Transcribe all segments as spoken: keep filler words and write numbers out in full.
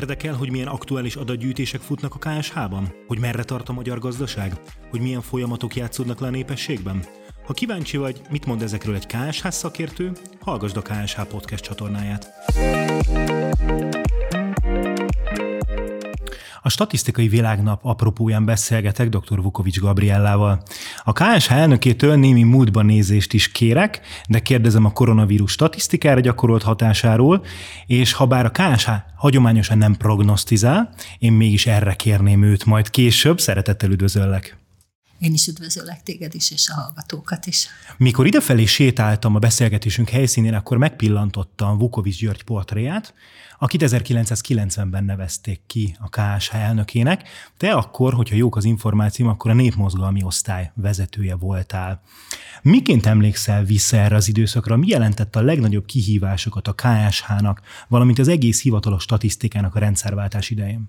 Érdekel, hogy milyen aktuális adatgyűjtések futnak a ká es há-ban? Hogy merre tart a magyar gazdaság? Hogy milyen folyamatok játszódnak le a népességben? Ha kíváncsi vagy, mit mond ezekről egy ká es há szakértő, hallgasd a ká es há Podcast csatornáját. A Statisztikai Világnap apropóján beszélgetek dr. Vukovics Gabriellával. A ká es há elnökétől némi múltba nézést is kérek, de kérdezem a koronavírus statisztikára gyakorolt hatásáról, és ha bár a ká es há hagyományosan nem prognosztizál, én mégis erre kérném őt majd később. Szeretettel üdvözöllek. Én is üdvözöllek téged is, és a hallgatókat is. Mikor idefelé sétáltam a beszélgetésünk helyszínén, akkor megpillantottam Vukovics György portréját, akit ezerkilencszázkilencvenben nevezték ki a ká es há elnökének. Te akkor, hogyha jók az információm, akkor a népmozgalmi osztály vezetője voltál. Miként emlékszel vissza erre az időszakra? Mi jelentette a legnagyobb kihívásokat a ká es há-nak, valamint az egész hivatalos statisztikának a rendszerváltás idején?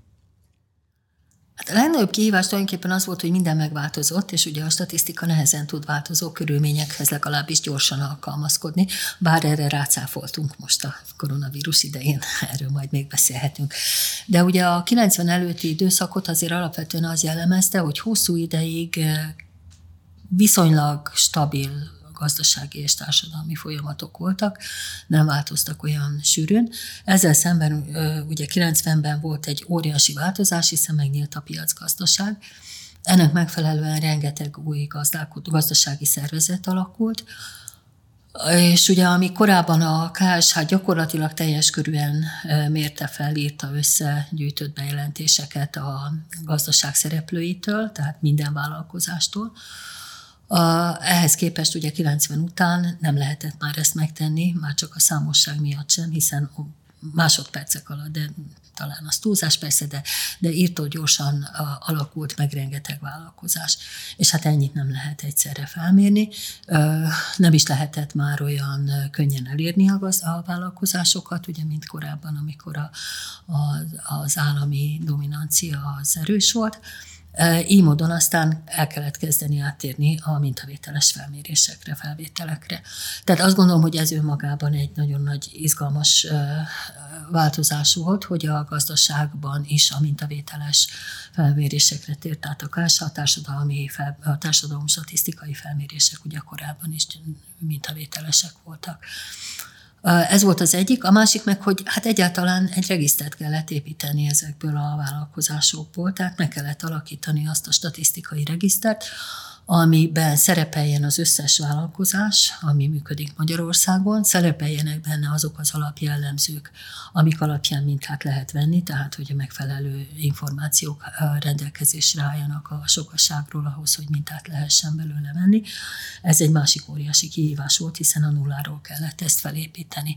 Hát a legnagyobb kihívás tulajdonképpen az volt, hogy minden megváltozott, és ugye a statisztika nehezen tud változó körülményekhez legalábbis gyorsan alkalmazkodni, bár erre rácáfoltunk most a koronavírus idején, erről majd még beszélhetünk. De ugye a kilencven előtti időszakot azért alapvetően az jellemezte, hogy hosszú ideig viszonylag stabil gazdasági és társadalmi folyamatok voltak, nem változtak olyan sűrűn. Ezzel szemben ugye kilencvenben volt egy óriási változás, hiszen megnyílt a piacgazdaság. Ennek megfelelően rengeteg új gazdasági szervezet alakult, és ugye ami korábban a ká es há gyakorlatilag teljes körűen mérte fel, írta össze, gyűjtött bejelentéseket a gazdaság szereplőitől, tehát minden vállalkozástól. Ehhez képest ugye kilencven után nem lehetett már ezt megtenni, már csak a számosság miatt sem, hiszen másodpercek alatt, de talán az túlzás persze, de, de írtó gyorsan alakult meg rengeteg vállalkozás. És hát ennyit nem lehet egyszerre felmérni. Nem is lehetett már olyan könnyen elérni a, gaz, a vállalkozásokat, ugye, mint korábban, amikor a, a, az állami dominancia az erős volt. Így módon aztán el kellett kezdeni áttérni a mintavételes felmérésekre, felvételekre. Tehát azt gondolom, hogy ez önmagában egy nagyon nagy, izgalmas változás volt, hogy a gazdaságban is a mintavételes felmérésekre tért át a ká es há, a társadalmi, fel, a társadalom statisztikai felmérések ugye korábban is mintavételesek voltak. Ez volt az egyik. A másik meg, hogy hát egyáltalán egy regisztert kellett építeni ezekből a vállalkozásokból, tehát meg kellett alakítani azt a statisztikai regisztert, amiben szerepeljen az összes vállalkozás, ami működik Magyarországon, szerepeljenek benne azok az alapjellemzők, amik alapján mintát lehet venni, tehát hogy a megfelelő információk rendelkezésre álljanak a sokaságról ahhoz, hogy mintát lehessen belőle venni. Ez egy másik óriási kihívás volt, hiszen a nulláról kellett ezt felépíteni.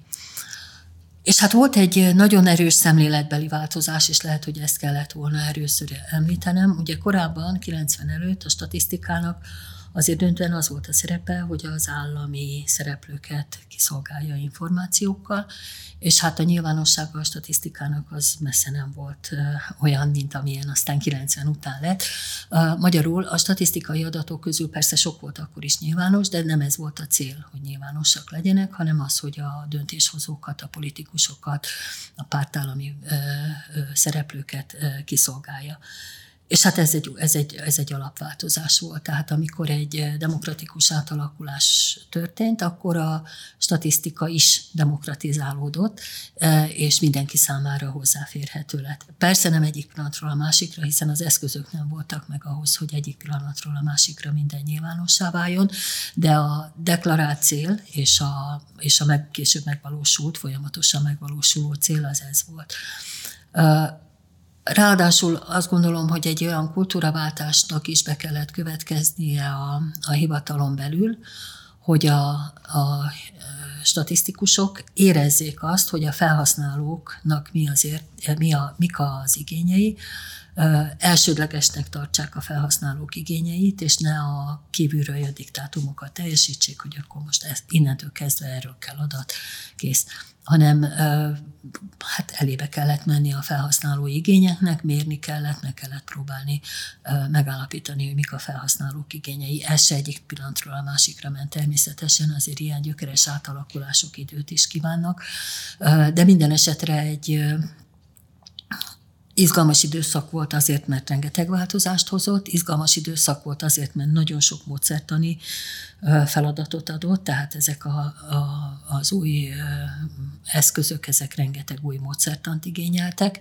És hát volt egy nagyon erős szemléletbeli változás, és lehet, hogy ezt kellett volna először említenem. Ugye korábban, kilencven előtt a statisztikának azért döntően az volt a szerepe, hogy az állami szereplőket kiszolgálja információkkal, és hát a nyilvánossága a statisztikának az messze nem volt olyan, mint amilyen aztán kilencven után lett. Magyarul a statisztikai adatok közül persze sok volt akkor is nyilvános, de nem ez volt a cél, hogy nyilvánosak legyenek, hanem az, hogy a döntéshozókat, a politikusokat, a pártállami szereplőket kiszolgálja. És hát ez egy, ez, egy, ez egy alapváltozás volt. Tehát amikor egy demokratikus átalakulás történt, akkor a statisztika is demokratizálódott, és mindenki számára hozzáférhető lett. Persze nem egyik pillanatról a másikra, hiszen az eszközök nem voltak meg ahhoz, hogy egyik pillanatról a másikra minden nyilvánossá váljon, de a deklarált cél és a, és a meg, később megvalósult, folyamatosan megvalósuló cél az ez volt. Ráadásul azt gondolom, hogy egy olyan kultúraváltásnak is be kellett következnie a, a hivatalon belül, hogy a, a statisztikusok érezzék azt, hogy a felhasználóknak mi azért, mi a, mik az igényei, elsődlegesnek tartsák a felhasználók igényeit, és ne a kívülről jött diktátumokat teljesítsék, hogy akkor most ezt, innentől kezdve erről kell adat, kész. Hanem hát elébe kellett menni a felhasználói igényeknek, mérni kellett, meg kellett próbálni megállapítani, hogy mik a felhasználók igényei. Ez se egyik pillanatról a másikra ment természetesen, azért ilyen gyökeres átalakulások időt is kívánnak, de minden esetre egy Izgalmas időszak volt azért, mert rengeteg változást hozott, izgalmas időszak volt azért, mert nagyon sok módszertani feladatot adott, tehát ezek a, a, az új eszközök, ezek rengeteg új módszertant igényeltek,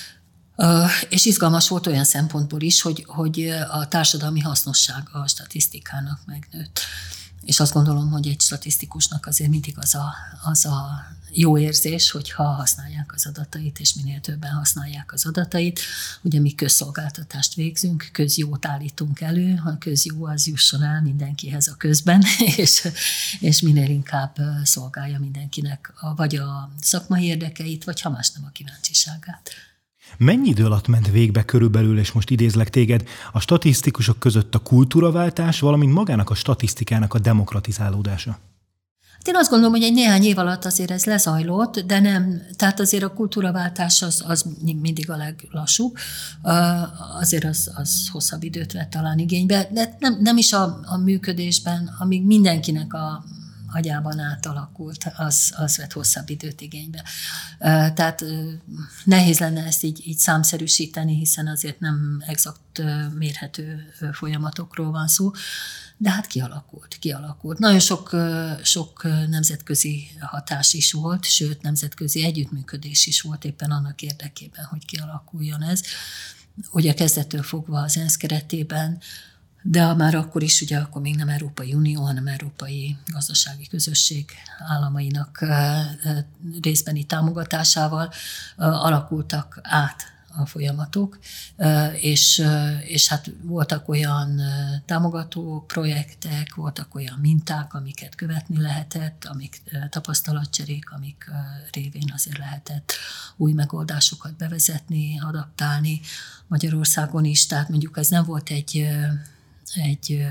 és izgalmas volt olyan szempontból is, hogy, hogy a társadalmi hasznossága a statisztikának megnőtt. És azt gondolom, hogy egy statisztikusnak azért mindig az a, az a jó érzés, hogyha használják az adatait, és minél többen használják az adatait. Ugye mi közszolgáltatást végzünk, közjót állítunk elő, ha közjó az jusson el mindenkihez a közben, és, és minél inkább szolgálja mindenkinek a, vagy a szakmai érdekeit, vagy ha más nem a kíváncsiságát. Mennyi idő alatt ment végbe körülbelül, és most idézlek téged, a statisztikusok között a kultúraváltás, valamint magának a statisztikának a demokratizálódása? Hát én azt gondolom, hogy egy néhány év alatt azért ez lezajlott, de nem, tehát azért a kultúraváltás az, az mindig a leglassúbb, azért az, az hosszabb időt vett talán igénybe, de nem, nem is a, a működésben, amíg mindenkinek a agyában átalakult, az, az vett hosszabb időt igénybe. Tehát nehéz lenne ezt így, így számszerűsíteni, hiszen azért nem exakt mérhető folyamatokról van szó, de hát kialakult, kialakult. Nagyon sok, sok nemzetközi hatás is volt, sőt, nemzetközi együttműködés is volt éppen annak érdekében, hogy kialakuljon ez. Ugye kezdettől fogva az ENSZ keretében, de már akkor is, ugye akkor még nem Európai Unió, hanem Európai Gazdasági Közösség államainak részbeni támogatásával alakultak át a folyamatok, és, és hát voltak olyan támogató projektek, voltak olyan minták, amiket követni lehetett, amik tapasztalatcserék, amik révén azért lehetett új megoldásokat bevezetni, adaptálni Magyarországon is, tehát mondjuk ez nem volt egy egy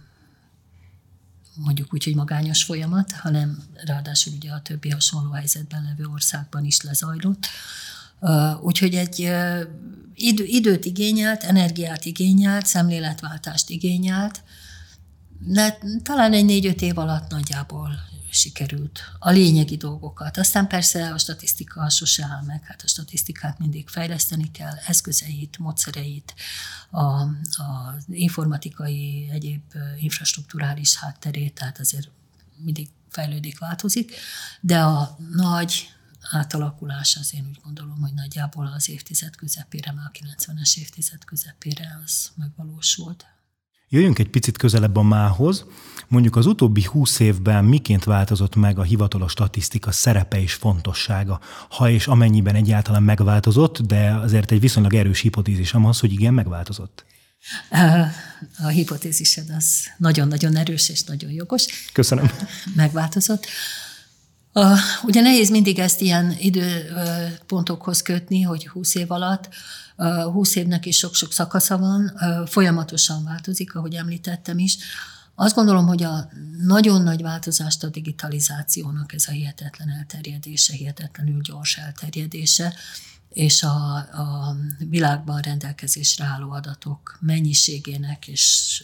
mondjuk úgy, hogy magányos folyamat, hanem ráadásul ugye a többi hasonló helyzetben levő országban is lezajlott. Úgyhogy egy idő, időt igényelt, energiát igényelt, szemléletváltást igényelt, de talán egy négy-öt év alatt nagyjából sikerült a lényegi dolgokat. Aztán persze a statisztika sose áll meg, hát a statisztikát mindig fejleszteni kell, eszközeit, módszereit, az informatikai, egyéb infrastrukturális hátterét, tehát azért mindig fejlődik, változik, de a nagy átalakulás az én úgy gondolom, hogy nagyjából az évtized közepére, már a kilencvenes évtized közepére az megvalósult. Jöjjünk egy picit közelebb a mához. Mondjuk az utóbbi húsz évben miként változott meg a hivatalos statisztika szerepe és fontossága, ha és amennyiben egyáltalán megváltozott, de azért egy viszonylag erős hipotézisem az, hogy igen, megváltozott. A hipotézised az nagyon-nagyon erős és nagyon jogos. Köszönöm. Megváltozott. Ugye nehéz mindig ezt ilyen időpontokhoz kötni, hogy húsz év alatt, húsz évnek is sok-sok szakasza van, folyamatosan változik, ahogy említettem is. Azt gondolom, hogy a nagyon nagy változást a digitalizációnak ez a hihetetlen elterjedése, hihetetlenül gyors elterjedése, és a, a világban rendelkezésre álló adatok mennyiségének és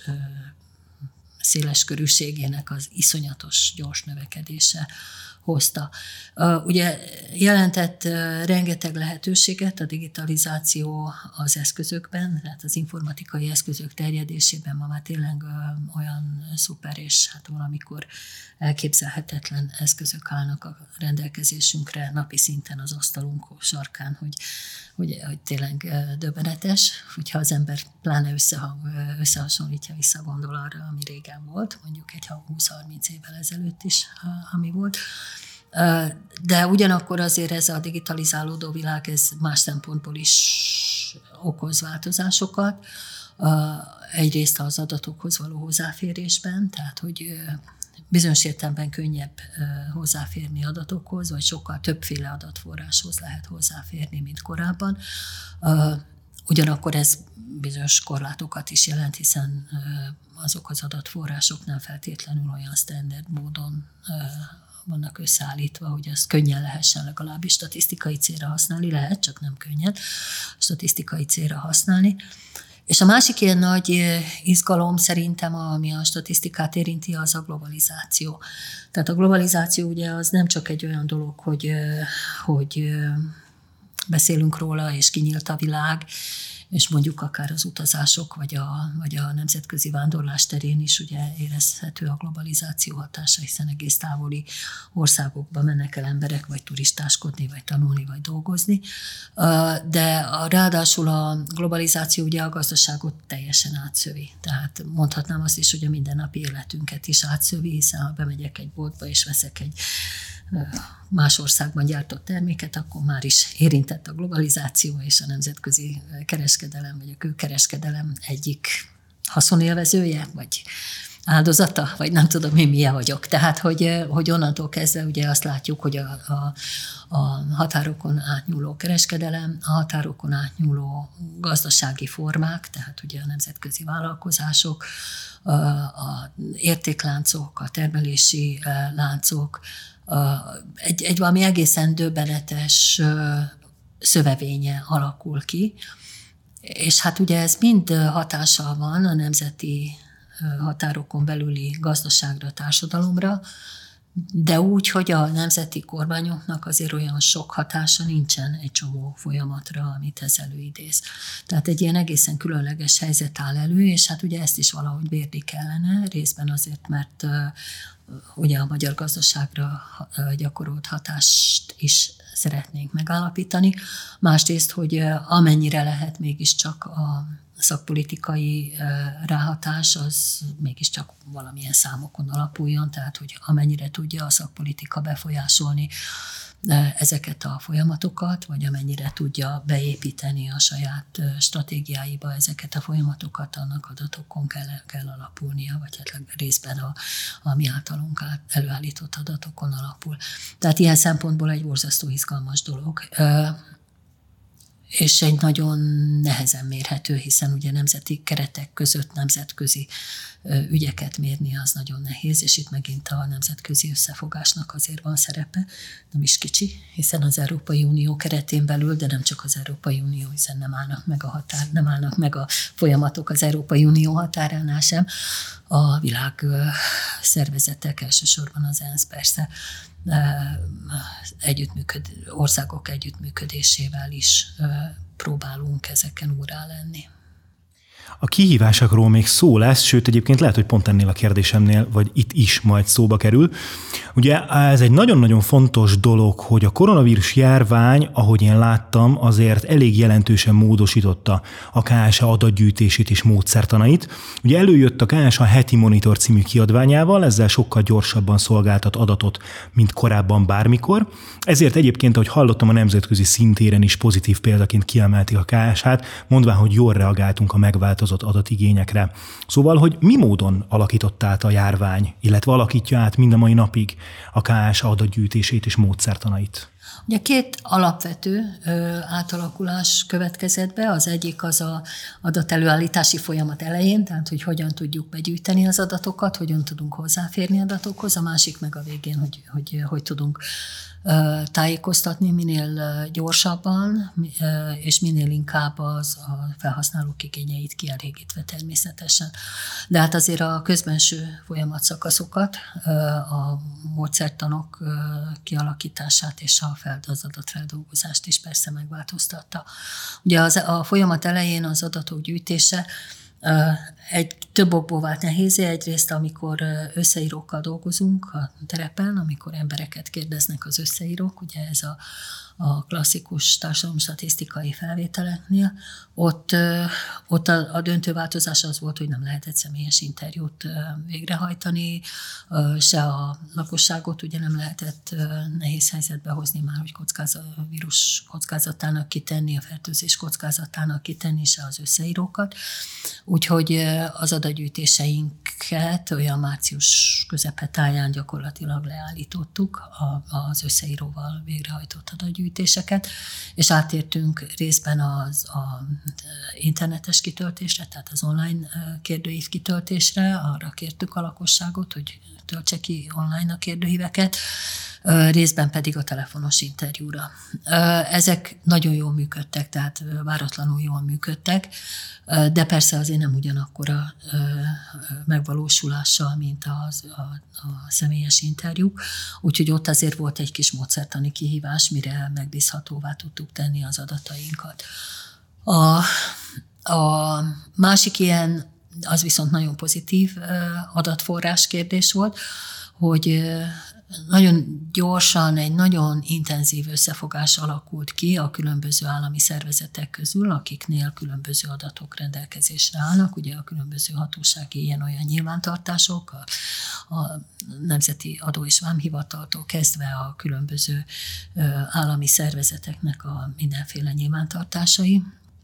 széles körűségének az iszonyatos gyors növekedése hozta. Ugye jelentett rengeteg lehetőséget a digitalizáció az eszközökben, tehát az informatikai eszközök terjedésében ma már tényleg olyan szuper és hát valamikor elképzelhetetlen eszközök állnak a rendelkezésünkre napi szinten az asztalunk sarkán, hogy, hogy, hogy tényleg döbbenetes, hogyha az ember pláne összehang, összehasonlítja, visszagondol arra, ami régen volt, mondjuk egy húsz-harminc évvel ezelőtt is, ami volt. De ugyanakkor azért ez a digitalizálódó világ, ez más szempontból is okoz változásokat. Egyrészt az adatokhoz való hozzáférésben, tehát hogy bizonyos értelemben könnyebb hozzáférni adatokhoz, vagy sokkal többféle adatforráshoz lehet hozzáférni, mint korábban. Ugyanakkor ez bizonyos korlátokat is jelent, hiszen azok az adatforrások nem feltétlenül olyan standard módon vannak összeállítva, hogy azt könnyen lehessen legalábbis statisztikai célra használni, lehet, csak nem könnyen statisztikai célra használni. És a másik ilyen nagy izgalom szerintem, ami a statisztikát érinti, az a globalizáció. Tehát a globalizáció ugye az nem csak egy olyan dolog, hogy, hogy beszélünk róla, és kinyílt a világ, és mondjuk akár az utazások, vagy a, vagy a nemzetközi vándorlás terén is ugye érezhető a globalizáció hatása, hiszen egész távoli országokba mennek el emberek, vagy turistáskodni, vagy tanulni, vagy dolgozni. De ráadásul a globalizáció ugye a gazdaságot teljesen átszövi. Tehát mondhatnám azt is, hogy a mindennapi életünket is átszövi, hiszen ha bemegyek egy boltba, és veszek egy más országban gyártott terméket, akkor már is érintett a globalizáció és a nemzetközi kereskedelem, vagy a külkereskedelem egyik haszonélvezője, vagy áldozata, vagy nem tudom én milyen vagyok. Tehát, hogy, hogy onnantól kezdve ugye azt látjuk, hogy a, a, a határokon átnyúló kereskedelem, a határokon átnyúló gazdasági formák, tehát ugye a nemzetközi vállalkozások, a, a értékláncok, a termelési láncok, egy, egy valami egészen döbbenetes szövevénye alakul ki, és hát ugye ez mind hatással van a nemzeti határokon belüli gazdaságra, társadalomra, de úgy, hogy a nemzeti kormányoknak azért olyan sok hatása nincsen egy csomó folyamatra, amit ez előidéz. Tehát egy ilyen egészen különleges helyzet áll elő, és hát ugye ezt is valahogy bérni kellene, részben azért, mert ugye a magyar gazdaságra gyakorolt hatást is szeretnénk megállapítani. Másrészt, hogy amennyire lehet mégiscsak a szakpolitikai ráhatás, az mégiscsak valamilyen számokon alapuljon, tehát hogy amennyire tudja a szakpolitika befolyásolni ezeket a folyamatokat, vagy amennyire tudja beépíteni a saját stratégiáiba ezeket a folyamatokat, annak adatokon kell, kell alapulnia, vagy hát részben a, a mi általunk előállított adatokon alapul. Tehát ilyen szempontból egy borzasztó izgalmas dolog. És egy nagyon nehezen mérhető, hiszen ugye nemzeti keretek között nemzetközi ügyeket mérni az nagyon nehéz, és itt megint a nemzetközi összefogásnak azért van szerepe, nem is kicsi, hiszen az Európai Unió keretén belül, de nem csak az Európai Unió, hiszen nem állnak meg a határ, nem állnak meg a folyamatok az Európai Unió határánál sem. A világ szervezetek, elsősorban az ENSZ persze, együttműköd, országok együttműködésével is próbálunk ezeken úrrá lenni. A kihívásokról még szó lesz, sőt egyébként lehet, hogy pont ennél a kérdésemnél, vagy itt is majd szóba kerül. Ugye ez egy nagyon-nagyon fontos dolog, hogy a koronavírus járvány, ahogy én láttam, azért elég jelentősen módosította a ká es há adatgyűjtését és módszertanait. Ugye előjött a ká es há heti monitor című kiadványával, ezzel sokkal gyorsabban szolgáltat adatot, mint korábban bármikor. Ezért egyébként, ahogy hallottam, a nemzetközi szintéren is pozitív példaként kiemelték a ká es há-t, mondván, hogy jól reagáltunk a megváltozott adatigényekre. Szóval, hogy mi módon alakította át a járvány, illetve alakítja át mind a mai napig a ká es há adatgyűjtését és módszertanait? Ugye két alapvető ö, átalakulás következett be. Az egyik az a adatelőállítási folyamat elején, tehát hogy hogyan tudjuk begyűjteni az adatokat, hogyan tudunk hozzáférni adatokhoz, a másik meg a végén, hogy hogy, hogy tudunk ö, tájékoztatni minél gyorsabban, ö, és minél inkább az a felhasználók igényeit kielégítve természetesen. De hát azért a közbenső folyamatszakaszokat, ö, a módszertanok ö, kialakítását és a fel az adatfeldolgozást is persze megváltoztatta. Ugye az, a folyamat elején az adatok gyűjtése egy több okból vált nehézé. Egyrészt, amikor összeírókkal dolgozunk a terepen, amikor embereket kérdeznek az összeírók, ugye ez a, a klasszikus társadalomstatisztikai felvételeknél, ott, ott a, a döntő változás az volt, hogy nem lehetett személyes interjút végrehajtani, se a lakosságot ugye nem lehetett nehéz helyzetbe hozni már, hogy kockázat, vírus kockázatának kitenni, a fertőzés kockázatának kitenni, se az összeírókat. Úgyhogy az adatgyűjtéseinket olyan március közepe táján gyakorlatilag leállítottuk az összeíróval végrehajtott adatgyűjtéseket, és átértünk részben az a internetes kitöltésre, tehát az online kérdőív kitöltésre, arra kértük a lakosságot, hogy töltse ki online a kérdőíveket, részben pedig a telefonos interjúra. Ezek nagyon jól működtek, tehát váratlanul jól működtek, de persze azért nem ugyanakkora megvalósulással, mint az, a, a személyes interjúk, úgyhogy ott azért volt egy kis módszertani kihívás, mire megbízhatóvá tudtuk tenni az adatainkat. A, a másik ilyen, az viszont nagyon pozitív adatforrás kérdés volt, hogy nagyon gyorsan egy nagyon intenzív összefogás alakult ki a különböző állami szervezetek közül, akiknél különböző adatok rendelkezésre állnak, ugye a különböző hatósági ilyen-olyan nyilvántartások, a, a Nemzeti Adó- és Vámhivataltól kezdve a különböző állami szervezeteknek a mindenféle nyilvántartásai,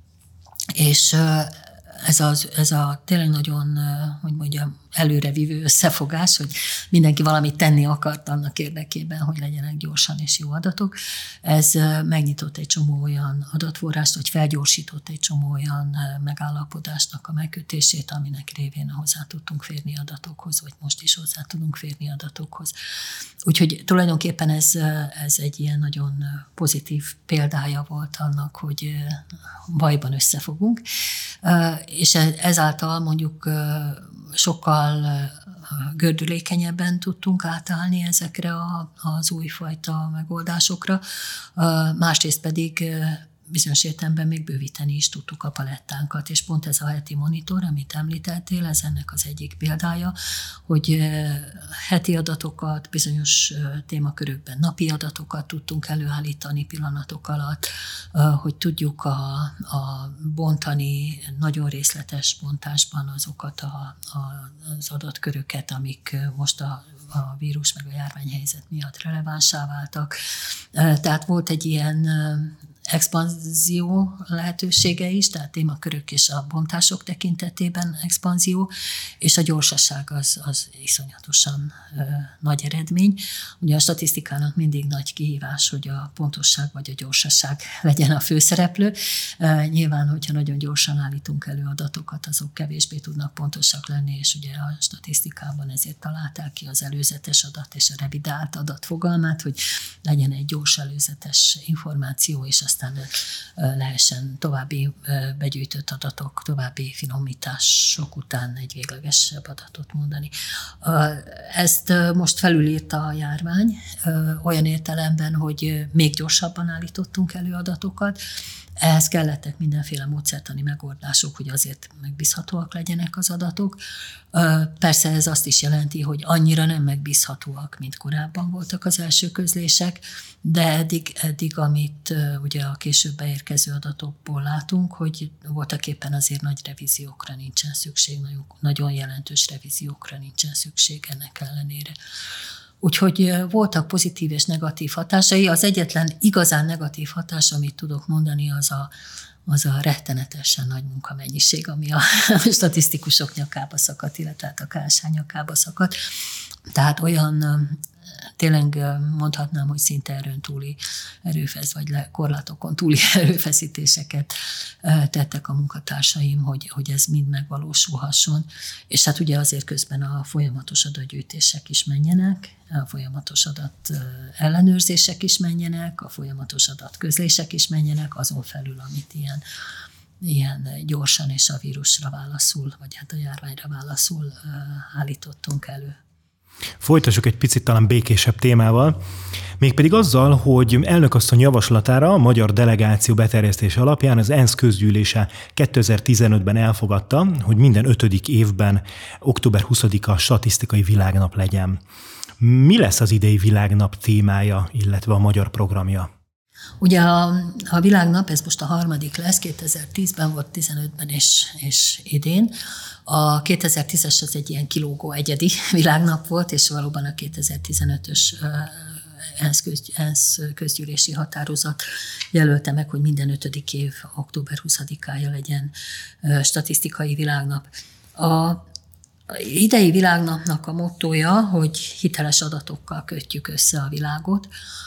és ez, az, ez a tényleg nagyon, hogy mondjam, előrevívő összefogás, hogy mindenki valamit tenni akart annak érdekében, hogy legyenek gyorsan és jó adatok. Ez megnyitott egy csomó olyan adatforrást, vagy felgyorsított egy csomó olyan megállapodásnak a megkötését, aminek révén hozzá tudtunk férni adatokhoz, vagy most is hozzá tudunk férni adatokhoz. Úgyhogy tulajdonképpen ez, ez egy ilyen nagyon pozitív példája volt annak, hogy bajban összefogunk, és ezáltal mondjuk sokkal gördülékenyebben tudtunk átállni ezekre az újfajta megoldásokra, másrészt pedig bizonyos értelemben még bővíteni is tudtuk a palettánkat, és pont ez a heti monitor, amit említettél, ez ennek az egyik példája, hogy heti adatokat, bizonyos témakörökben napi adatokat tudtunk előállítani pillanatok alatt, hogy tudjuk a, a bontani nagyon részletes bontásban azokat a, a, az adatköröket, amik most a a vírus meg a járványhelyzet miatt relevánsá váltak. Tehát volt egy ilyen expanzió lehetősége is, tehát témakörök és a bontások tekintetében expanzió, és a gyorsaság az, az iszonyatosan ö, nagy eredmény. Ugye a statisztikának mindig nagy kihívás, hogy a pontosság vagy a gyorsaság legyen a főszereplő. E, nyilván, hogyha nagyon gyorsan állítunk elő adatokat, azok kevésbé tudnak pontosak lenni, és ugye a statisztikában ezért találták ki az előzetes adat és a revidált adat fogalmát, hogy legyen egy gyors előzetes információ, és aztán lehessen további begyűjtött adatok, további finomítások után egy véglegesebb adatot mondani. Ezt most felülírta a járvány olyan értelemben, hogy még gyorsabban állítottunk elő adatokat. Ehhez kellettek mindenféle módszertani megoldások, hogy azért megbízhatóak legyenek az adatok. Persze ez azt is jelenti, hogy annyira nem megbízhatóak, mint korábban voltak az első közlések, de eddig, eddig amit ugye a később beérkező adatokból látunk, hogy voltak éppen azért nagy revíziókra nincsen szükség, nagyon jelentős revíziókra nincsen szükség ennek ellenére. Úgyhogy voltak pozitív és negatív hatásai. Az egyetlen igazán negatív hatás, amit tudok mondani, az a, az a rettenetesen nagy munkamennyiség, ami a statisztikusok nyakába szakadt, illetve a ká es há nyakába szakadt. Tehát olyan, tényleg mondhatnám, hogy szinte erőn túli erőfesz, vagy korlátokon túli erőfeszítéseket tettek a munkatársaim, hogy, hogy ez mind megvalósulhasson. És hát ugye azért közben a folyamatos adatgyűjtések is menjenek, a folyamatos adat ellenőrzések is menjenek, a folyamatos adatközlések is menjenek, azon felül, amit ilyen, ilyen gyorsan és a vírusra válaszul, vagy hát a járványra válaszul állítottunk elő. Folytassuk egy picit talán békésebb témával, mégpedig azzal, hogy elnökasszony javaslatára a magyar delegáció beterjesztése alapján az ENSZ közgyűlése kétezer-tizenötben elfogadta, hogy minden ötödik évben október huszadika statisztikai világnap legyen. Mi lesz az idei világnap témája, illetve a magyar programja? Ugye a, a világnap, ez most a harmadik lesz, kétezer-tízben volt, tizenötben és, és idén. A kétezer-tízes az egy ilyen kilógó egyedi világnap volt, és valóban a kétezer-tizenötös ENSZ, köz, ENSZ közgyűlési határozat jelölte meg, hogy minden ötödik év október huszadikája legyen statisztikai világnap. A idei világnapnak a mottója, hogy hiteles adatokkal kötjük össze a világot,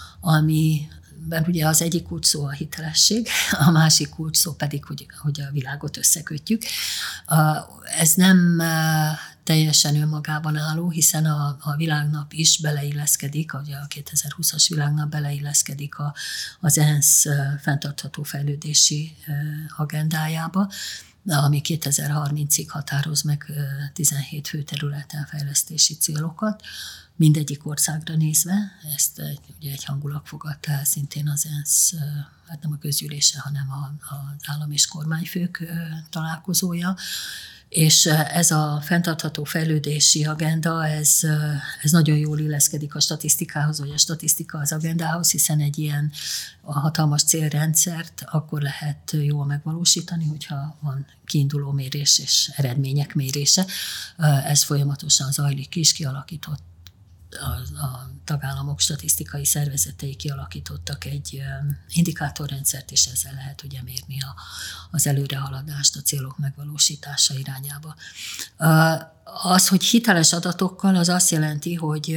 ami ben ugye az egyik kulcsszó a hitelesség, a másik kulcsszó pedig, hogy, hogy a világot összekötjük. Ez nem teljesen önmagában álló, hiszen a, a világnap is beleilleszkedik, ugye a kétezer-húszas világnap beleilleszkedik a, az ENSZ fenntartható fejlődési agendájába, ami kétezer-harmincig határoz meg tizenhét fő területen fejlesztési célokat, mindegyik országra nézve. Ezt ugye egyhangulag fogadta el szintén az ENSZ, hát nem a közgyűlése, hanem az állam és kormányfők találkozója. És ez a fenntartható fejlődési agenda, ez, ez nagyon jól illeszkedik a statisztikához, vagy a statisztika az agendához, hiszen egy ilyen hatalmas célrendszert akkor lehet jól megvalósítani, hogyha van kiinduló mérés és eredmények mérése. Ez folyamatosan zajlik is, kialakított A, a tagállamok statisztikai szervezetei kialakítottak egy indikátorrendszert, és ezzel lehet ugye mérni a, az előrehaladást a célok megvalósítása irányába. Az, hogy hiteles adatokkal, az azt jelenti, hogy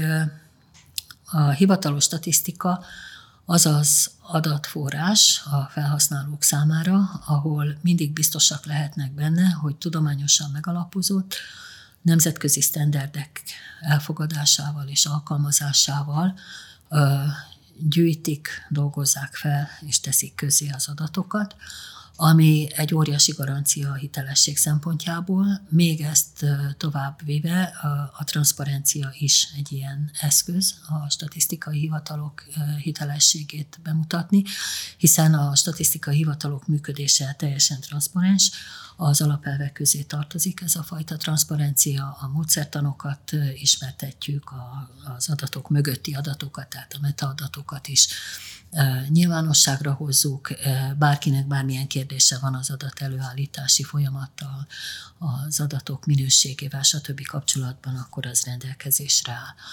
a hivatalos statisztika az az adatforrás a felhasználók számára, ahol mindig biztosak lehetnek benne, hogy tudományosan megalapozott, nemzetközi sztenderdek elfogadásával és alkalmazásával ö, gyűjtik, dolgozzák fel és teszik közzé az adatokat, ami egy óriási garancia a hitelesség szempontjából. Még ezt tovább véve a, a transzparencia is egy ilyen eszköz a statisztikai hivatalok hitelességét bemutatni, hiszen a statisztikai hivatalok működése teljesen transzparens, az alapelvek közé tartozik ez a fajta transzparencia, a módszertanokat ismertetjük, az adatok mögötti adatokat, tehát a metaadatokat is nyilvánosságra hozzuk, bárkinek bármilyen kérdése van az adat előállítási folyamattal, az adatok minőségével, stb. Kapcsolatban, akkor az rendelkezésre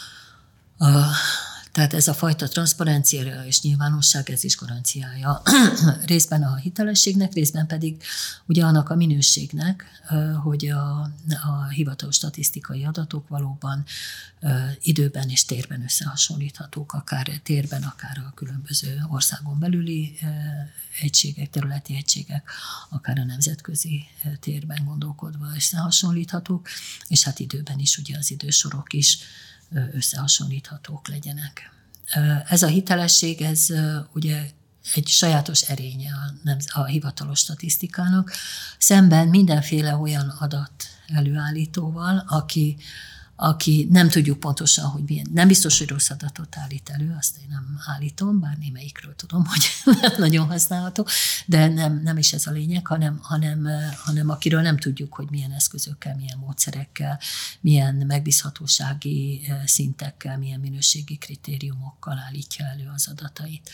áll. Tehát ez a fajta transzparencia és nyilvánosság, ez is garanciája részben a hitelességnek, részben pedig ugye annak a minőségnek, hogy a, a hivatalos statisztikai adatok valóban időben és térben összehasonlíthatók, akár térben, akár a különböző országon belüli egységek, területi egységek, akár a nemzetközi térben gondolkodva összehasonlíthatók, és hát időben is ugye az idősorok is összehasonlíthatók legyenek. Ez a hitelesség, ez ugye egy sajátos erénye a, nem, a hivatalos statisztikának, szemben mindenféle olyan adat előállítóval, aki, aki nem tudjuk pontosan, hogy milyen, nem biztos, hogy rossz adatot állít elő, azt én nem állítom, bár némelyikről tudom, hogy nagyon használható, de nem, nem is ez a lényeg, hanem, hanem, hanem akiről nem tudjuk, hogy milyen eszközökkel, milyen módszerekkel, milyen megbízhatósági szintekkel, milyen minőségi kritériumokkal állítja elő az adatait.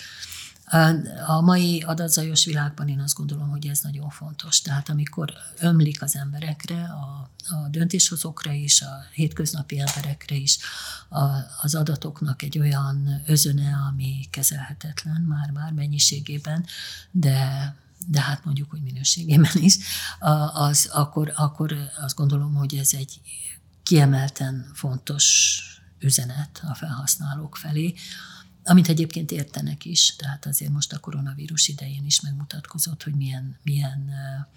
A mai adatzajos világban én azt gondolom, hogy ez nagyon fontos. Tehát amikor ömlik az emberekre, a, a döntéshozókra is, a hétköznapi emberekre is a, az adatoknak egy olyan özöne, ami kezelhetetlen már-már mennyiségében, de, de hát mondjuk, hogy minőségében is, az, akkor, akkor azt gondolom, hogy ez egy kiemelten fontos üzenet a felhasználók felé, amit egyébként értenek is, tehát azért most a koronavírus idején is megmutatkozott, hogy milyen, milyen,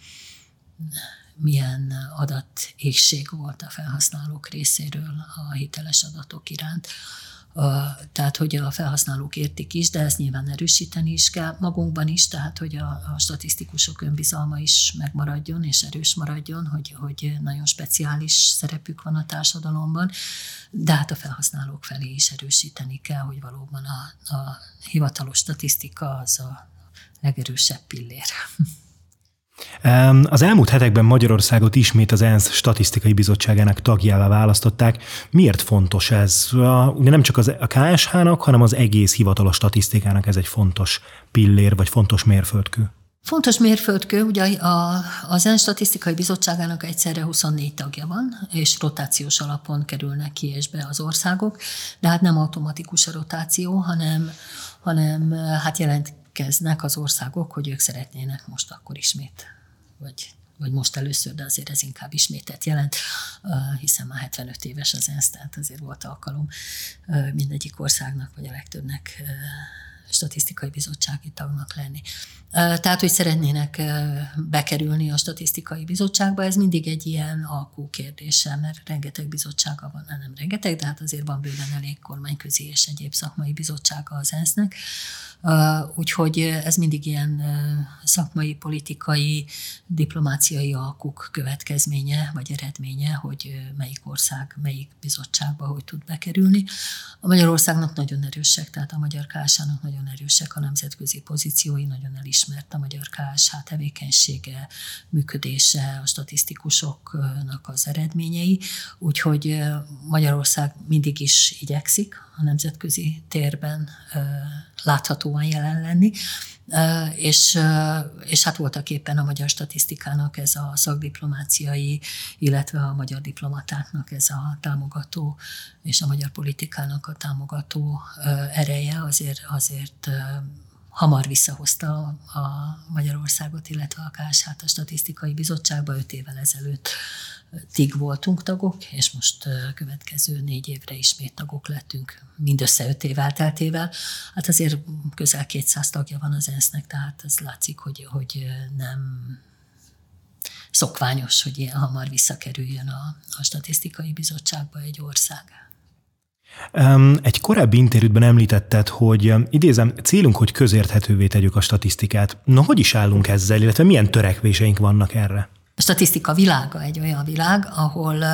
milyen adatéhség volt a felhasználók részéről a hiteles adatok iránt. Tehát, hogy a felhasználók értik is, de ezt nyilván erősíteni is kell magunkban is, tehát, hogy a, a statisztikusok önbizalma is megmaradjon és erős maradjon, hogy, hogy nagyon speciális szerepük van a társadalomban, de hát a felhasználók felé is erősíteni kell, hogy valóban a, a hivatalos statisztika az a legerősebb pillér. Az elmúlt hetekben Magyarországot ismét az ENSZ Statisztikai Bizottságának tagjává választották. Miért fontos ez? Ugye nem csak az, a ká es há-nak, hanem az egész hivatalos statisztikának ez egy fontos pillér, vagy fontos mérföldkő. Fontos mérföldkő, ugye az ENSZ Statisztikai Bizottságának egyszerre huszonnégy tagja van, és rotációs alapon kerülnek ki és be az országok, de hát nem automatikus a rotáció, hanem, hanem hát jelentkeznek az országok, hogy ők szeretnének most akkor ismét, vagy, vagy most először, de azért ez inkább ismétet jelent, hiszen már hetvenöt éves az ENSZ, tehát azért volt alkalom mindegyik országnak, vagy a legtöbbnek statisztikai bizottsági tagnak lenni. Tehát, hogy szeretnének bekerülni a statisztikai bizottságba, ez mindig egy ilyen alkú kérdése, mert rengeteg bizottsága van, nem rengeteg, de hát azért van bőven elég kormányközi és egyéb szakmai bizottsága az ENSZ-nek. Úgyhogy ez mindig ilyen szakmai, politikai, diplomáciai alkuk következménye, vagy eredménye, hogy melyik ország, melyik bizottságba hogy tud bekerülni. A Magyarországnak nagyon erősek, tehát a Magyar ká es há-nak nagyon erősek a nemzetközi pozíciói, nagyon elismert a Magyar ká es há tevékenysége, működése, a statisztikusoknak az eredményei, úgyhogy Magyarország mindig is igyekszik a nemzetközi térben láthatóan jelen lenni, és, és hát voltak éppen a magyar statisztikának ez a szakdiplomáciai, illetve a magyar diplomatáknak ez a támogató, és a magyar politikának a támogató ereje azért, azért hamar visszahozta a Magyarországot, illetve a ká es há-t a statisztikai bizottságba. Öt évvel ezelőtt tig voltunk tagok, és most következő négy évre ismét tagok lettünk, mindössze öt év elteltével. Hát azért közel kétszáz tagja van az ENSZ-nek, tehát ez látszik, hogy, hogy nem szokványos, hogy ilyen hamar visszakerüljön a, a statisztikai bizottságba egy ország. Egy korábbi interjútban említetted, hogy idézem, célunk, hogy közérthetővé tegyük a statisztikát. Na, hogy is állunk ezzel, illetve milyen törekvéseink vannak erre? A statisztika világa egy olyan világ, ahol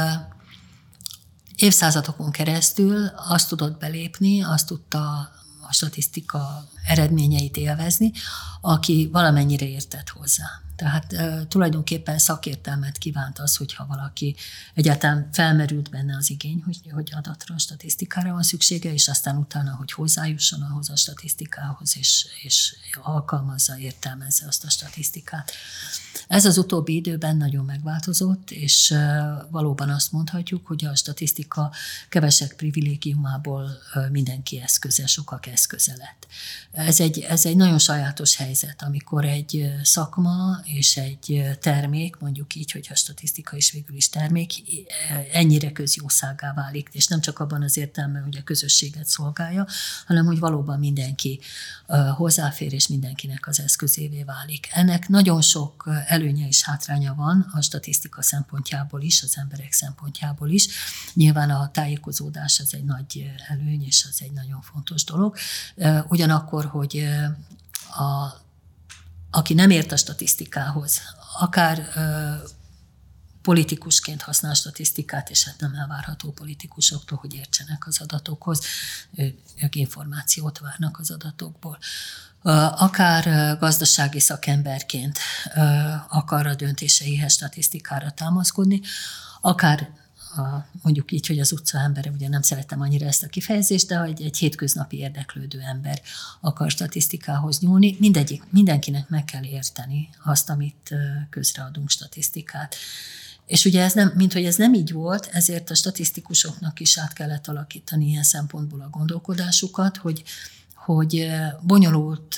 évszázadokon keresztül azt tudott belépni, azt tudta a statisztika eredményeit élvezni, aki valamennyire értett hozzá. Tehát e, tulajdonképpen szakértelmet kívánt az, hogyha valaki egyáltalán felmerült benne az igény, hogy, hogy adatra, statisztikára van szüksége, és aztán utána, hogy hozzájusson ahhoz a statisztikához, és, és alkalmazza, értelmezze azt a statisztikát. Ez az utóbbi időben nagyon megváltozott, és e, valóban azt mondhatjuk, hogy a statisztika kevesek privilégiumából e, mindenki eszköze, sokak eszköze lett. Ez egy, ez egy nagyon sajátos helyzet, amikor egy szakma és egy termék, mondjuk így, hogy a statisztika is végül is termék, ennyire közjószággá válik, és nem csak abban az értelemben, hogy a közösséget szolgálja, hanem hogy valóban mindenki hozzáfér, és mindenkinek az eszközévé válik. Ennek nagyon sok előnye és hátránya van a statisztika szempontjából is, az emberek szempontjából is. Nyilván a tájékozódás az egy nagy előny, és az egy nagyon fontos dolog. Ugyanakkor, hogy a aki nem ért a statisztikához, akár ö, politikusként használ statisztikát, és hát nem elvárható politikusoktól, hogy értsenek az adatokhoz, ők információt várnak az adatokból. Ö, akár gazdasági szakemberként ö, akar a döntéseihez statisztikára támaszkodni, akár A, mondjuk így, hogy az utca embere, ugye nem szeretem annyira ezt a kifejezést, de egy, egy hétköznapi érdeklődő ember akar statisztikához nyúlni, mindegyik, mindenkinek meg kell érteni azt, amit közreadunk statisztikát. És ugye ez nem, mint hogy ez nem így volt, ezért a statisztikusoknak is át kellett alakítani ilyen szempontból a gondolkodásukat, hogy, hogy bonyolult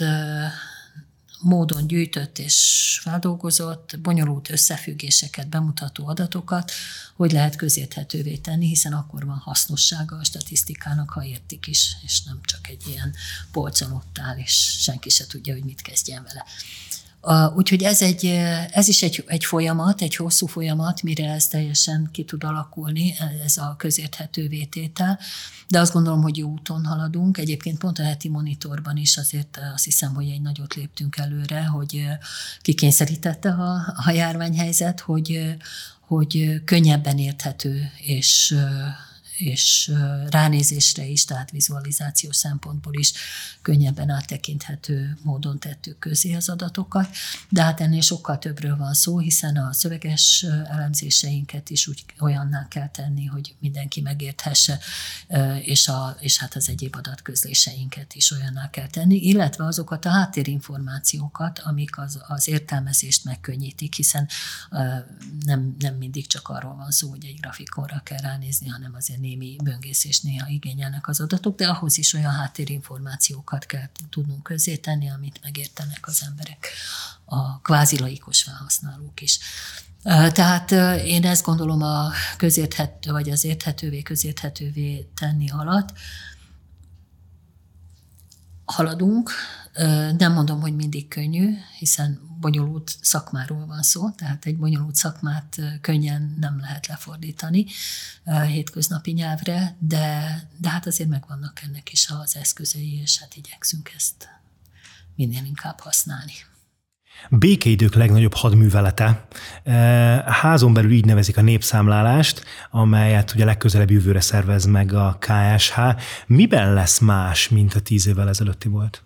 módon gyűjtött és feldolgozott, bonyolult összefüggéseket, bemutató adatokat, hogy lehet közérthetővé tenni, hiszen akkor van hasznossága a statisztikának, ha értik is, és nem csak egy ilyen polcon ott áll, és senki se tudja, hogy mit kezdjen vele. Úgyhogy ez, egy, ez is egy, egy folyamat, egy hosszú folyamat, mire ez teljesen ki tud alakulni, ez a közérthetővé tétel, de azt gondolom, hogy jó úton haladunk. Egyébként pont a heti monitorban is azért azt hiszem, hogy egy nagyot léptünk előre, hogy kikényszerítette a, a járványhelyzet, hogy, hogy könnyebben érthető és és ránézésre is, tehát vizualizációs szempontból is könnyebben áttekinthető módon tettük közé az adatokat, de hát ennél sokkal többről van szó, hiszen a szöveges elemzéseinket is úgy olyanná kell tenni, hogy mindenki megérthesse, és, a, és hát az egyéb adatközléseinket is olyanná kell tenni, illetve azokat a háttérinformációkat, amik az, az értelmezést megkönnyítik, hiszen nem, nem mindig csak arról van szó, hogy egy grafikonra kell ránézni, hanem azért némi böngészés néha igényelnek az adatok, de ahhoz is olyan háttérinformációkat kell tudnunk közzétenni, amit megértenek az emberek, a kvázi laikus felhasználók is. Tehát én ezt gondolom a közérthető, vagy az érthetővé, közérthetővé tenni alatt. haladunk. Nem mondom, hogy mindig könnyű, hiszen bonyolult szakmáról van szó, tehát egy bonyolult szakmát könnyen nem lehet lefordítani hétköznapi nyelvre, de, de hát azért megvannak ennek is az eszközei, és hát igyekszünk ezt minél inkább használni. Békeidők legnagyobb hadművelete. Házon belül így nevezik a népszámlálást, amelyet ugye legközelebb jövőre szervez meg a ká es há. Miben lesz más, mint a tíz évvel ezelőtti volt?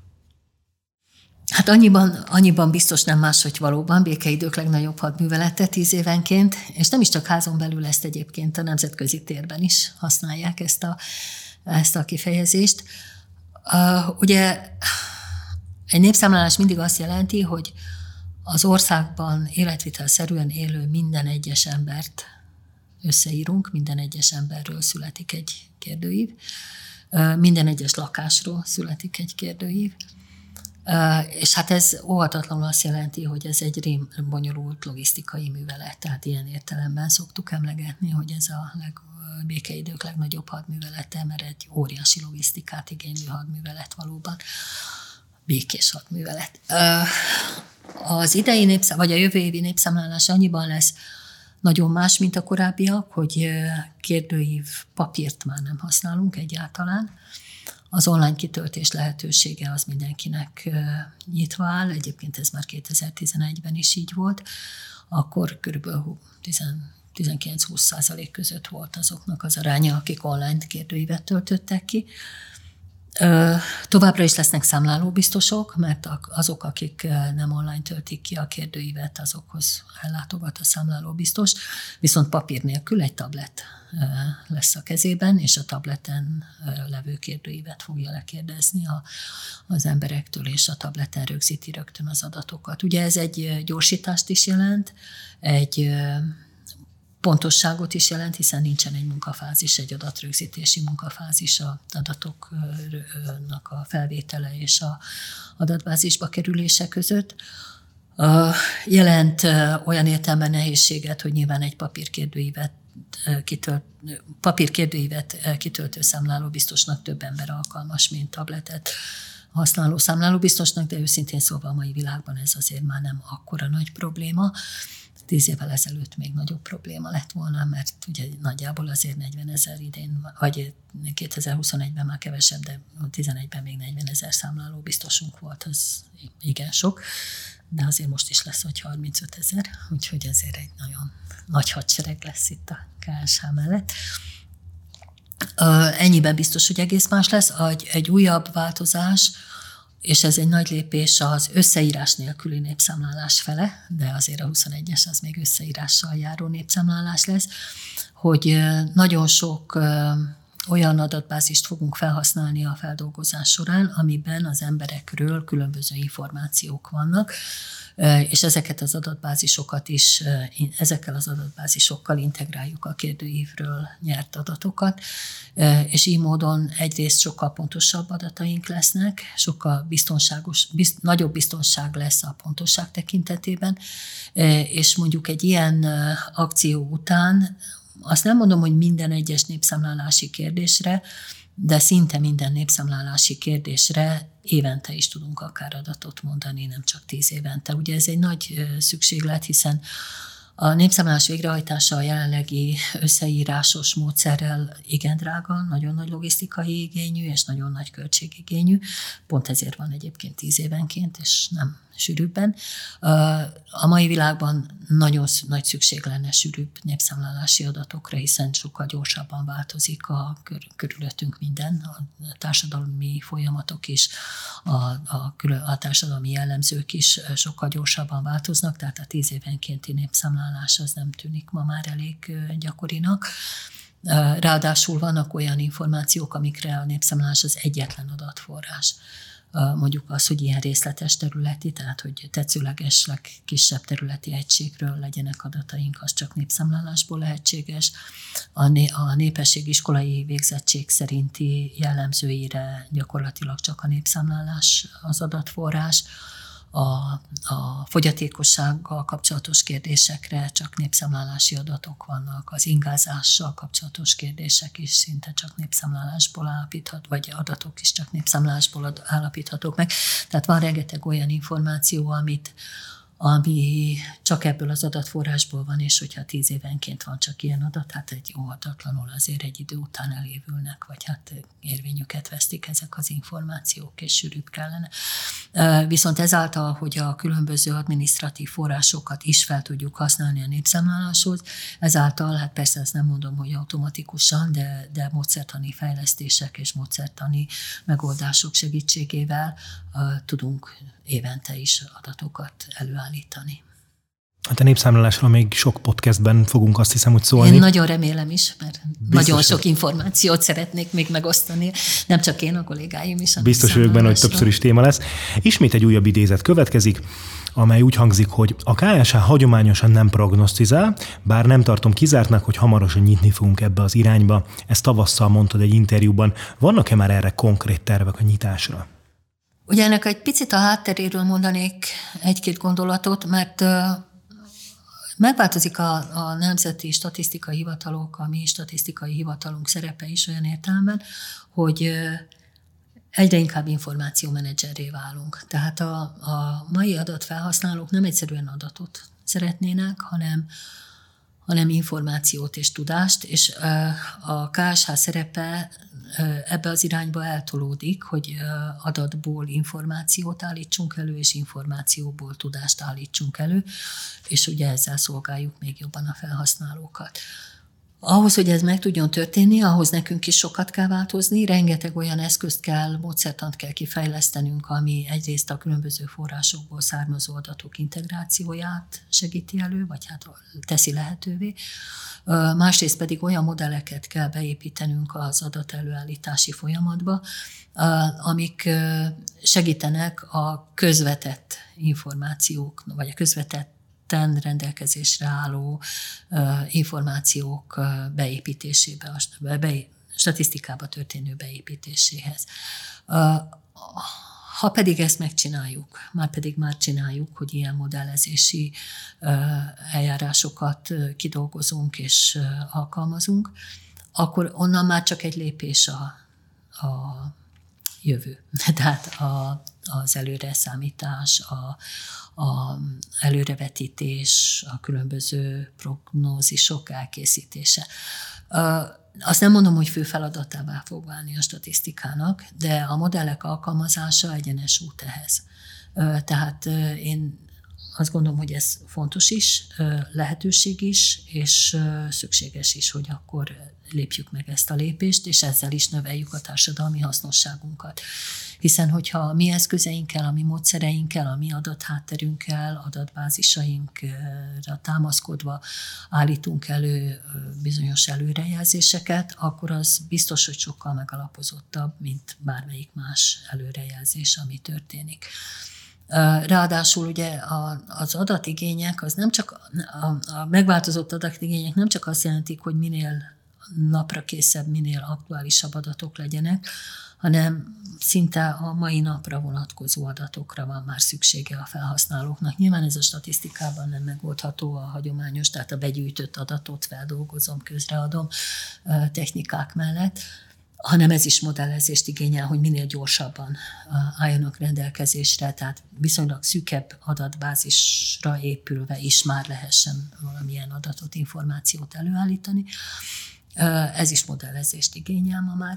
Hát annyiban, annyiban biztos nem más, hogy valóban békeidők legnagyobb hadművelete tíz évenként, és nem is csak házon belül, ezt egyébként a nemzetközi térben is használják ezt a, ezt a kifejezést. Uh, ugye egy népszámlálás mindig azt jelenti, hogy az országban életvitelszerűen élő minden egyes embert összeírunk, minden egyes emberről születik egy kérdőív, minden egyes lakásról születik egy kérdőív, és hát ez óhatatlanul azt jelenti, hogy ez egy rém bonyolult logisztikai művelet, tehát ilyen értelemben szoktuk emlegetni, hogy ez a leg, békeidők legnagyobb hadművelete, mert egy óriási logisztikát igénylő hadművelet valóban. Békés hadművelet. Az idei népszám, vagy a jövő évi népszámlálás annyiban lesz nagyon más, mint a korábbiak, hogy kérdőív papírt már nem használunk egyáltalán. Az online kitöltés lehetősége az mindenkinek nyitva áll, egyébként ez már kétezer-tizenegyben is így volt, akkor körülbelül tizenkilenc-húsz százalék között volt azoknak az aránya, akik online kérdőívet töltöttek ki. Továbbra is lesznek számlálóbiztosok, mert azok, akik nem online töltik ki a kérdőívet, azokhoz ellátogat a számlálóbiztos, viszont papír nélkül egy tablet lesz a kezében, és a tableten levő kérdőívet fogja lekérdezni a, az emberektől, és a tableten rögzíti rögtön az adatokat. Ugye ez egy gyorsítást is jelent, egy pontosságot is jelent, hiszen nincsen egy munkafázis, egy adatrögzítési munkafázis, az adatoknak a felvétele és a adatbázisba kerülése között. Jelent olyan értelemben nehézséget, hogy nyilván egy papírkérdőívet kitölt, papírkérdőívet kitöltő számlálóbiztosnak több ember alkalmas, mint tabletet használó számlálóbiztosnak, de őszintén szóval a mai világban ez azért már nem akkora nagy probléma. Tíz évvel ezelőtt még nagyobb probléma lett volna, mert ugye nagyjából azért negyven ezer idén, vagy kétezer-huszonegyben már kevesebb, de tizenegyben még negyven ezer számláló biztosunk volt, az igen sok, de azért most is lesz, hogy harmincöt ezer, úgyhogy azért egy nagyon nagy hadsereg lesz itt a ká es há mellett. Ennyiben biztos, hogy egész más lesz. Egy, egy újabb változás, és ez egy nagy lépés az összeírás nélküli népszámlálás fele, de azért a huszonegyes az még összeírással járó népszámlálás lesz, hogy nagyon sok olyan adatbázist fogunk felhasználni a feldolgozás során, amiben az emberekről különböző információk vannak, és ezeket az adatbázisokat is, ezekkel az adatbázisokkal integráljuk a kérdőívről nyert adatokat, és így módon egyrészt sokkal pontosabb adataink lesznek, sokkal biztonságos, bizt, nagyobb biztonság lesz a pontosság tekintetében, és mondjuk egy ilyen akció után azt nem mondom, hogy minden egyes népszámlálási kérdésre, de szinte minden népszámlálási kérdésre évente is tudunk akár adatot mondani, nem csak tíz évente. Ugye ez egy nagy szükséglet, hiszen a népszámlálás végrehajtása a jelenlegi összeírásos módszerrel igen drága, nagyon nagy logisztikai igényű és nagyon nagy költségigényű. Pont ezért van egyébként tíz évenként, és nem sűrűbben. A mai világban nagyon nagy szükség lenne sűrűbb népszámlálási adatokra, hiszen sokkal gyorsabban változik a körülöttünk minden, a társadalmi folyamatok is, a, a, a társadalmi jellemzők is sokkal gyorsabban változnak, tehát a tíz évenkénti népszámlálás az nem tűnik ma már elég gyakorinak. Ráadásul vannak olyan információk, amikre a népszámlálás az egyetlen adatforrás. Mondjuk az, hogy ilyen részletes területi, tehát hogy tetszőleges, legkisebb területi egységről legyenek adataink, az csak népszámlálásból lehetséges. A népesség iskolai végzettség szerinti jellemzőire gyakorlatilag csak a népszámlálás az adatforrás. a, a fogyatékossággal kapcsolatos kérdésekre csak népszámlálási adatok vannak, az ingázással kapcsolatos kérdések is szinte csak népszámlálásból állapíthat, vagy adatok is csak népszámlálásból állapíthatók meg. Tehát van rengeteg olyan információ, amit ami csak ebből az adatforrásból van, és hogyha tíz évenként van csak ilyen adat, hát egy óhatatlanul azért egy idő után elévülnek, vagy hát érvényüket vesztik ezek az információk, és sűrűbb kellene. Viszont ezáltal, hogy a különböző adminisztratív forrásokat is fel tudjuk használni a népszámláláshoz, ezáltal, hát persze ezt nem mondom, hogy automatikusan, de, de módszertani fejlesztések és módszertani megoldások segítségével uh, tudunk évente is adatokat előállítani. Hát a népszámlálásról még sok podcastben fogunk azt hiszem, hogy szólni. Én nagyon remélem is, mert biztos, nagyon sok információt szeretnék még megosztani, nem csak én, a kollégáim is. Biztos vagyok benne, hogy többször is téma lesz. Ismét egy újabb idézet következik, amely úgy hangzik, hogy a ká es há hagyományosan nem prognosztizál, bár nem tartom kizártnak, hogy hamarosan nyitni fogunk ebbe az irányba. Ezt tavasszal mondtad egy interjúban. Vannak-e már erre konkrét tervek a nyitásra? Ugye ennek egy picit a hátteréről mondanék egy-két gondolatot, mert megváltozik a, a Nemzeti Statisztikai Hivatalok, a mi statisztikai hivatalunk szerepe is olyan értelemben, hogy egyre inkább információmenedzserré válunk. Tehát a, a mai adatfelhasználók nem egyszerűen adatot szeretnének, hanem, hanem információt és tudást, és a ká es há szerepe ebbe az irányba eltolódik, hogy adatból információt állítsunk elő, és információból tudást állítsunk elő, és ugye ezzel szolgáljuk még jobban a felhasználókat. Ahhoz, hogy ez meg tudjon történni, ahhoz nekünk is sokat kell változni, rengeteg olyan eszközt kell, módszertant kell kifejlesztenünk, ami egyrészt a különböző forrásokból származó adatok integrációját segíti elő, vagy hát teszi lehetővé. Másrészt pedig olyan modelleket kell beépítenünk az adatelőállítási folyamatba, amik segítenek a közvetett információk, vagy a közvetett rendelkezésre álló uh, információk uh, beépítésébe, a be, statisztikába történő beépítéséhez. Uh, ha pedig ezt megcsináljuk, már pedig már csináljuk, hogy ilyen modellezési uh, eljárásokat uh, kidolgozunk és uh, alkalmazunk, akkor onnan már csak egy lépés a, a jövő. Tehát a, az előreszámítás, a, a előrevetítés, a különböző prognózisok elkészítése. Azt nem mondom, hogy fő feladatává fog válni a statisztikának, de a modellek alkalmazása egyenes út ehhez. Tehát én azt gondolom, hogy ez fontos is, lehetőség is, és szükséges is, hogy akkor lépjük meg ezt a lépést, és ezzel is növeljük a társadalmi hasznosságunkat. Hiszen, hogyha a mi eszközeinkkel, a mi módszereinkkel, a mi adathátterünkkel, adatbázisainkra támaszkodva állítunk elő bizonyos előrejelzéseket, akkor az biztos, hogy sokkal megalapozottabb, mint bármelyik más előrejelzés, ami történik. Ráadásul ugye az adatigények, az nem csak a, a megváltozott adatigények nem csak azt jelentik, hogy minél napra készebb, minél aktuálisabb adatok legyenek, hanem szinte a mai napra vonatkozó adatokra van már szüksége a felhasználóknak. Nyilván ez a statisztikában nem megoldható a hagyományos, tehát a begyűjtött adatot feldolgozom, közreadom technikák mellett, hanem ez is modellezést igényel, hogy minél gyorsabban álljanak rendelkezésre, tehát viszonylag szűkebb adatbázisra épülve is már lehessen valamilyen adatot, információt előállítani. Ez is modellezést igényel ma már,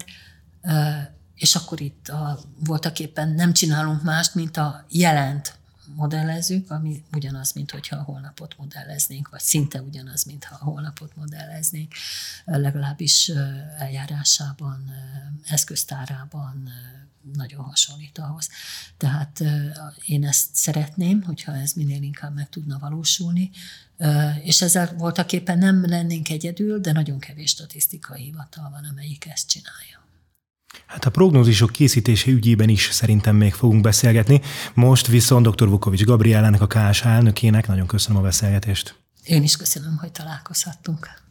és akkor itt a, voltak éppen nem csinálunk mást, mint a jelent modellezzük, ami ugyanaz, mint hogyha a holnapot modelleznénk, vagy szinte ugyanaz, mintha a holnapot modelleznénk, legalábbis eljárásában, eszköztárában nagyon hasonlít ahhoz. Tehát én ezt szeretném, hogyha ez minél inkább meg tudna valósulni, és ezzel voltaképpen nem lennénk egyedül, de nagyon kevés statisztikai hivatal van, amelyik ezt csinálja. Hát a prognózisok készítése ügyében is szerintem még fogunk beszélgetni. Most viszont dr. Vukovics Gabriellának, a ká es há elnökének nagyon köszönöm a beszélgetést. Én is köszönöm, hogy találkozhattunk.